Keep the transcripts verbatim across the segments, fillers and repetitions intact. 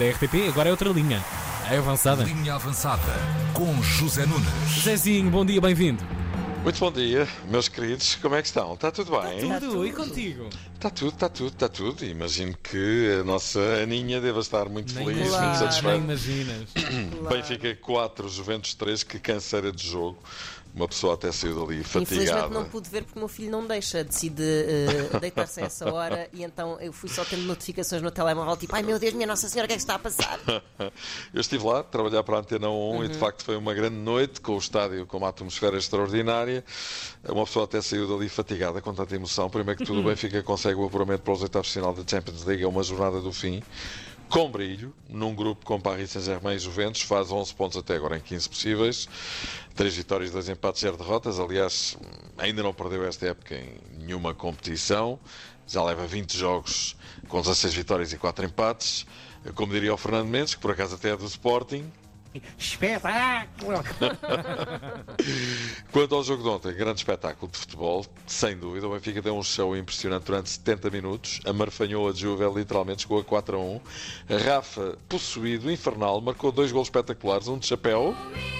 da R T P, agora é outra linha. É avançada. Linha avançada com José Nunes. Zezinho, bom dia, bem-vindo. Muito bom dia, meus queridos. Como é que estão? Está tudo bem? Está tudo, e contigo? Está tudo, está tudo, está tudo. Imagino que a nossa Aninha deva estar muito Nem feliz, claro, muito nem satisfeita. imaginas. Claro. Benfica quatro, Juventus três, que canseira de jogo. Uma pessoa até saiu dali fatigada. Infelizmente não pude ver porque o meu filho não deixa, decide uh, deitar-se a essa hora e então eu fui só tendo notificações no telemóvel, tipo, ai meu Deus, minha Nossa Senhora, o que é que está a passar? Eu estive lá, a trabalhar para a Antena um uhum. e de facto foi uma grande noite, com o estádio com uma atmosfera extraordinária. Uma pessoa até saiu dali fatigada com tanta emoção. Primeiro que tudo, o Benfica consegue o apuramento para os oitavos de final da Champions League, é uma jornada do fim. Com brilho, num grupo com Paris Saint-Germain e Juventus, faz onze pontos até agora em quinze possíveis, três vitórias, dois empates, zero derrotas. Aliás, ainda não perdeu esta época em nenhuma competição, já leva vinte jogos com dezasseis vitórias e quatro empates. Como diria o Fernando Mendes, que por acaso até é do Sporting. Espetáculo! Quanto ao jogo de ontem, grande espetáculo de futebol, sem dúvida. O Benfica deu um show impressionante durante setenta minutos, amarfanhou a Juve, literalmente chegou a quatro a um. Rafa, possuído, infernal, marcou dois golos espetaculares, um de chapéu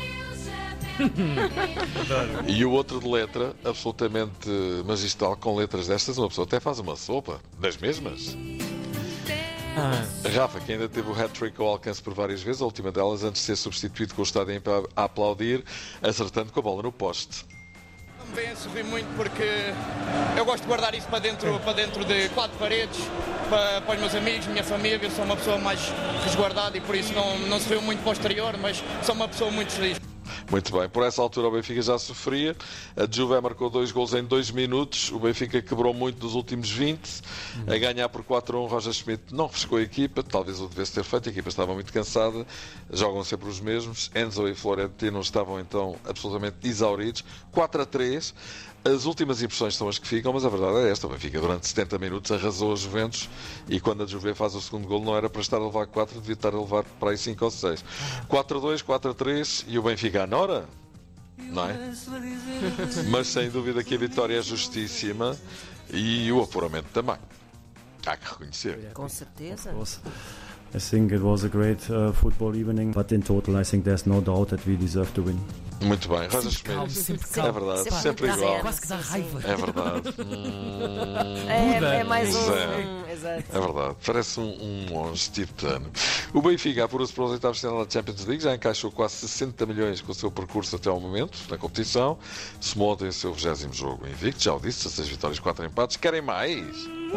e o outro de letra, absolutamente magistral. Com letras destas, uma pessoa até faz uma sopa das mesmas. Ah. Rafa, que ainda teve o hat-trick ao alcance por várias vezes, a última delas antes de ser substituído com o estádio a aplaudir, acertando com a bola no poste. Não me vem a sorrir muito porque eu gosto de guardar isso para dentro, para dentro de quatro paredes, para, para os meus amigos, minha família. Eu sou uma pessoa mais resguardada e por isso não, não sorrio muito para o exterior, mas sou uma pessoa muito feliz. Muito bem, por essa altura o Benfica já sofria. A Juve marcou dois gols em dois minutos. O Benfica quebrou muito dos últimos vinte. A ganhar por quatro a um, Roger Schmidt não refrescou a equipa. Talvez o devesse ter feito, a equipa estava muito cansada. Jogam sempre os mesmos. Enzo e Florentino estavam então absolutamente exauridos. quatro a três. As últimas impressões são as que ficam, mas a verdade é esta. O Benfica durante setenta minutos arrasou a Juventus e quando a Juve faz o segundo golo não era para estar a levar quatro, devia estar a levar para aí cinco ou seis. quatro a dois, quatro a três e o Benfica à nora, não é? Mas sem dúvida que a vitória é justíssima e o apuramento também. Há que reconhecer. Com certeza. I think it was a great uh, football evening, but in total I think there's no doubt that we deserve to win. Muito bem, Roger Schmidt. Schmidt. É verdade, sempre, sempre igual. Quase que dá raiva. É verdade. hum... é, é mais um. É. Exato. É verdade, parece um, um monge tibetano. O Benfica apurou-se para os oitavos de final da Champions League, já encaixou quase sessenta milhões com o seu percurso até ao momento na competição. Somou ontem o seu vigésimo jogo invicto, já o disse, dezasseis vitórias, quatro empates. Querem mais?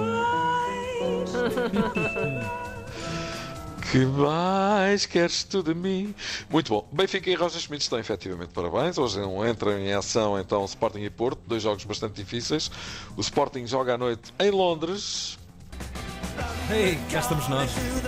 Que mais queres tu de mim? Muito bom. Benfica e Roger Schmidt estão efetivamente parabéns. Hoje entram em ação então Sporting e Porto, dois jogos bastante difíceis. O Sporting joga à noite em Londres. Ei, cá estamos nós.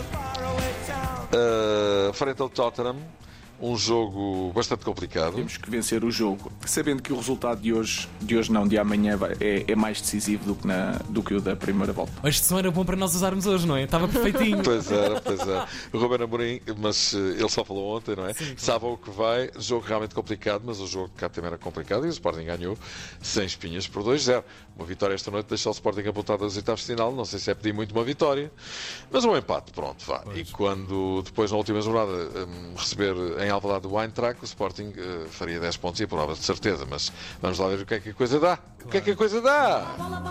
Uh, frente ao Tottenham. Um jogo bastante complicado. Temos que vencer o jogo, sabendo que o resultado de hoje, de hoje não, de amanhã, é, é mais decisivo do que, na, do que o da primeira volta. Este som era bom para nós usarmos hoje, não é? Estava perfeitinho. Pois era, pois é. O Ruben Amorim, mas ele só falou ontem, não é? Sim, claro. Sabe o que vai. Jogo realmente complicado, mas o jogo cá também era complicado e o Sporting ganhou sem espinhas por dois a zero. Uma vitória esta noite deixa o Sporting apontado aos oitavos de final. Não sei se é pedir muito uma vitória, mas um empate, pronto, vá. Pois. E quando depois na última jornada um, receber em Alvalade o Eintracht, o Sporting uh, faria dez pontos e apurava de certeza, mas vamos lá ver o que é que a coisa dá. Claro. O que é que a coisa dá?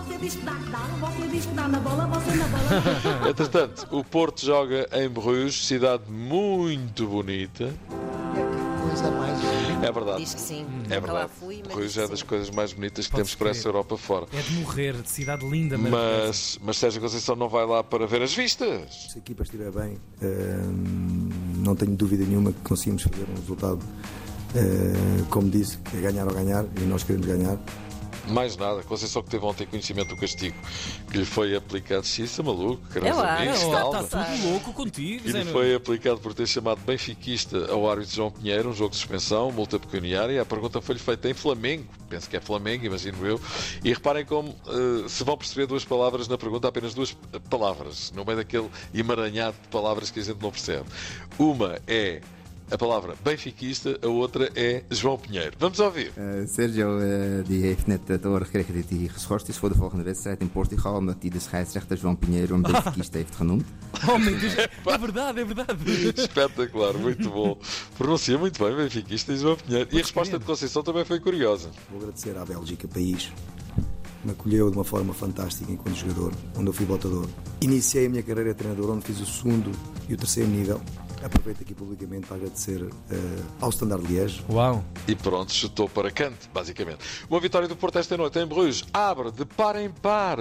Entretanto, o Porto joga em Bruges, cidade muito bonita. Coisa mais bonita. É verdade. Diz que sim. É verdade. Fui, Bruges é das sim. coisas mais bonitas que Podes temos para essa Europa fora. É de morrer, de cidade linda, mas, mas Sérgio Conceição não vai lá para ver as vistas. Se a equipa estiver bem, hum, não tenho dúvida nenhuma que conseguimos fazer um resultado, hum, como disse, é ganhar ou ganhar, e nós queremos ganhar. Mais nada, Conceição que teve ontem conhecimento do castigo que lhe foi aplicado. Xissa, maluco, caros amigos, está, está tudo louco contigo. Que lhe foi aplicado por ter chamado benfiquista ao árbitro João Pinheiro, um jogo de suspensão, multa pecuniária. A pergunta foi-lhe feita em Flamengo, penso que é Flamengo, imagino eu. E reparem como uh, se vão perceber duas palavras na pergunta, apenas duas palavras, no meio daquele emaranhado de palavras que a gente não percebe. Uma é a palavra benfiquista, a outra é João Pinheiro. Vamos ouvir. Uh, Sergio uh, die heeft net het oor gekregen dat hij geschorst is voor de volgende wedstrijd in Portugal, omdat hij de scheidsrechter João Pinheiro een benfiquista heeft genoemd. Oh meu Deus, é verdade, é verdade. Espetacular, muito bom. Pronuncia muito bem benfiquista e João Pinheiro. E a resposta de Conceição também foi curiosa. Vou agradecer à Bélgica, país, me acolheu de uma forma fantástica enquanto jogador, onde eu fui botador. Iniciei a minha carreira de treinador, onde fiz o segundo e o terceiro nível. Aproveito aqui publicamente para agradecer uh, ao Standard Liège. Uau! E pronto, chutou para canto, basicamente. Uma vitória do Porto esta noite em Bruges. Abre de par em par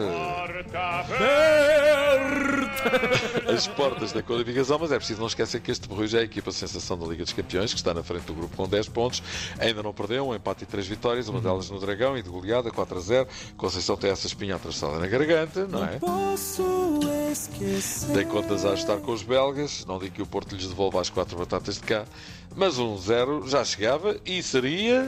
as portas da qualificação, mas é preciso não esquecer que este Bruges é a equipa sensação da Liga dos Campeões, que está na frente do grupo com dez pontos. Ainda não perdeu, um empate e três vitórias, uma delas no Dragão e de goleada, quatro a zero. Conceição tem essa espinha atravessada na garganta, não é? Tem contas a ajustar com os belgas. Não digo que o Porto lhes devolva as quatro batatas de cá, mas um zero já chegava e seria...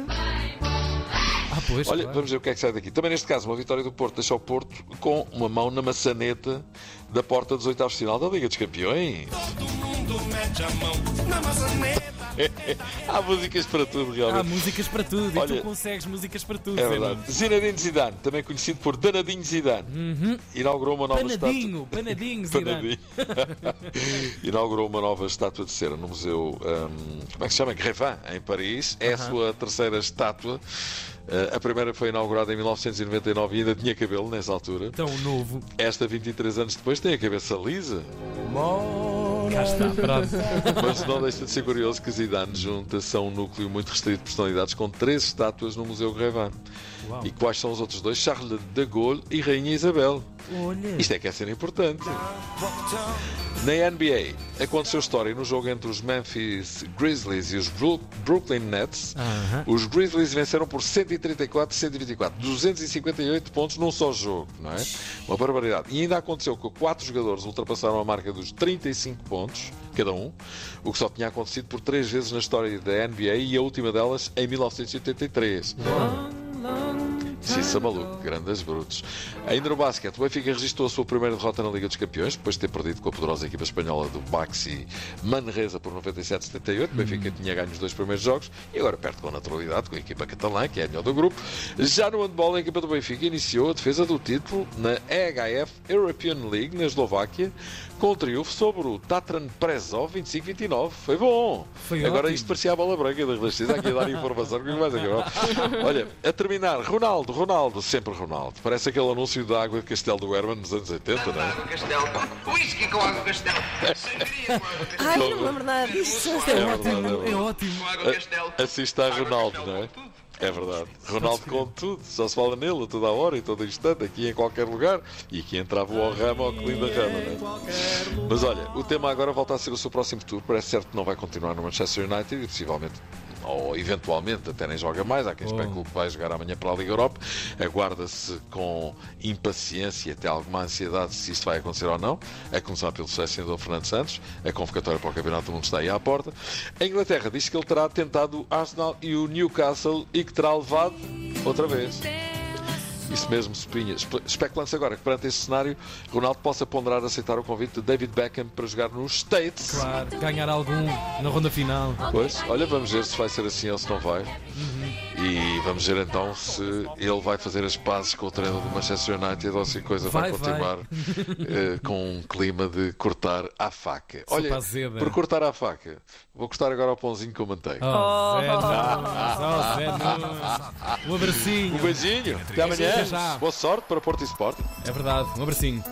Ah, pois, Olha, claro. vamos ver o que é que sai daqui. Também neste caso, uma vitória do Porto deixa o Porto com uma mão na maçaneta da porta dos oitavos de final da Liga dos Campeões. Todo mundo mete a mão na maçaneta. Há músicas para tudo, Há realmente. músicas para tudo e Olha, tu consegues músicas para tudo. É Zé verdade. Nunes. Zinedine Zidane, também conhecido por Danadinho Zidane, Uhum. inaugurou uma nova Panadinho, estátua. panadinho, Zidane. Panadinho. Inaugurou uma nova estátua de cera no Museu, hum, como é que se chama? Grevin, em Paris. É a sua terceira estátua. Uh, a primeira foi inaugurada em mil novecentos e noventa e nove e ainda tinha cabelo nessa altura. Tão novo. Esta, vinte e três anos depois, tem a cabeça lisa. Cá está, pronto. Mas não deixa de ser curioso que Zidane junta-se a um núcleo muito restrito de personalidades com três estátuas no Museu Grevin. Uau. E quais são os outros dois? Charles de Gaulle e Rainha Isabel. Olha. Isto é que é ser importante. Na N B A, aconteceu história no jogo entre os Memphis Grizzlies e os Bru- Brooklyn Nets. Aham. Os Grizzlies venceram por cento e trinta e quatro a cento e vinte e quatro, duzentos e cinquenta e oito pontos num só jogo, não é? Uma barbaridade. E ainda aconteceu que quatro jogadores ultrapassaram a marca dos trinta e cinco pontos, cada um, o que só tinha acontecido por três vezes na história da N B A e a última delas em mil novecentos e oitenta e três. Xissa maluco, grandes brutos. Ainda no basquete, o Benfica registrou a sua primeira derrota na Liga dos Campeões, depois de ter perdido com a poderosa equipa espanhola do Baxi Manresa por noventa e sete a setenta e oito. O Benfica tinha ganho os dois primeiros jogos e agora perde com naturalidade com a equipa catalã, que é a melhor do grupo. Já no handball, a equipa do Benfica iniciou a defesa do título na E H F European League, na Eslováquia, com o triunfo sobre o Tatran Prezov vinte e cinco a vinte e nove. Foi bom. Foi Agora ótimo. isto parecia a bola branca da Renascença, aqui a dar informação que mais acabar. Olha, a terminar, Ronaldo, Ronaldo, sempre Ronaldo. Parece aquele anúncio da água de Castelo do Herman nos anos oitenta, não é? Castelo. Whisky com água Castelo. Sangria com água Castelo. Ai, não me lembro nada disso. É verdade, ótimo, é verdade. é ótimo. Com água Castelo. Assim está Ronaldo, não é? É verdade. Ronaldo com tudo, só se fala nele a toda a hora e todo instante, aqui em qualquer lugar. E aqui entrava o Rama ou que linda Rama, não é? Mas olha, o tema agora volta a ser o seu próximo tour. Parece certo que não vai continuar no Manchester United e possivelmente, ou eventualmente até nem joga mais. Há quem especule que vai jogar amanhã para a Liga Europa. Aguarda-se com impaciência e até alguma ansiedade se isto vai acontecer ou não, a começar pelo selecionador Fernando Santos. A convocatória para o Campeonato do Mundo está aí à porta. A Inglaterra diz que ele terá tentado o Arsenal e o Newcastle e que terá levado outra vez. Isso mesmo, Sopinha. Espe- Especula-se agora que perante este cenário Ronaldo possa ponderar aceitar o convite de David Beckham para jogar nos States. Claro, ganhar algum na ronda final. Pois, olha, vamos ver se vai ser assim ou se não vai. E vamos ver então se ele vai fazer as pazes com o treinador do Manchester United ou se a coisa vai, Vai, continuar eh, com um clima de cortar à faca. Olha, Sopa azeda. por cortar à faca, vou cortar agora ao pãozinho com manteiga. Oh, Zé Nunes, oh, Zé Nunes. Um abracinho. Um beijinho, até amanhã. Até já. Boa sorte para Porto e Sport. É verdade, um abracinho.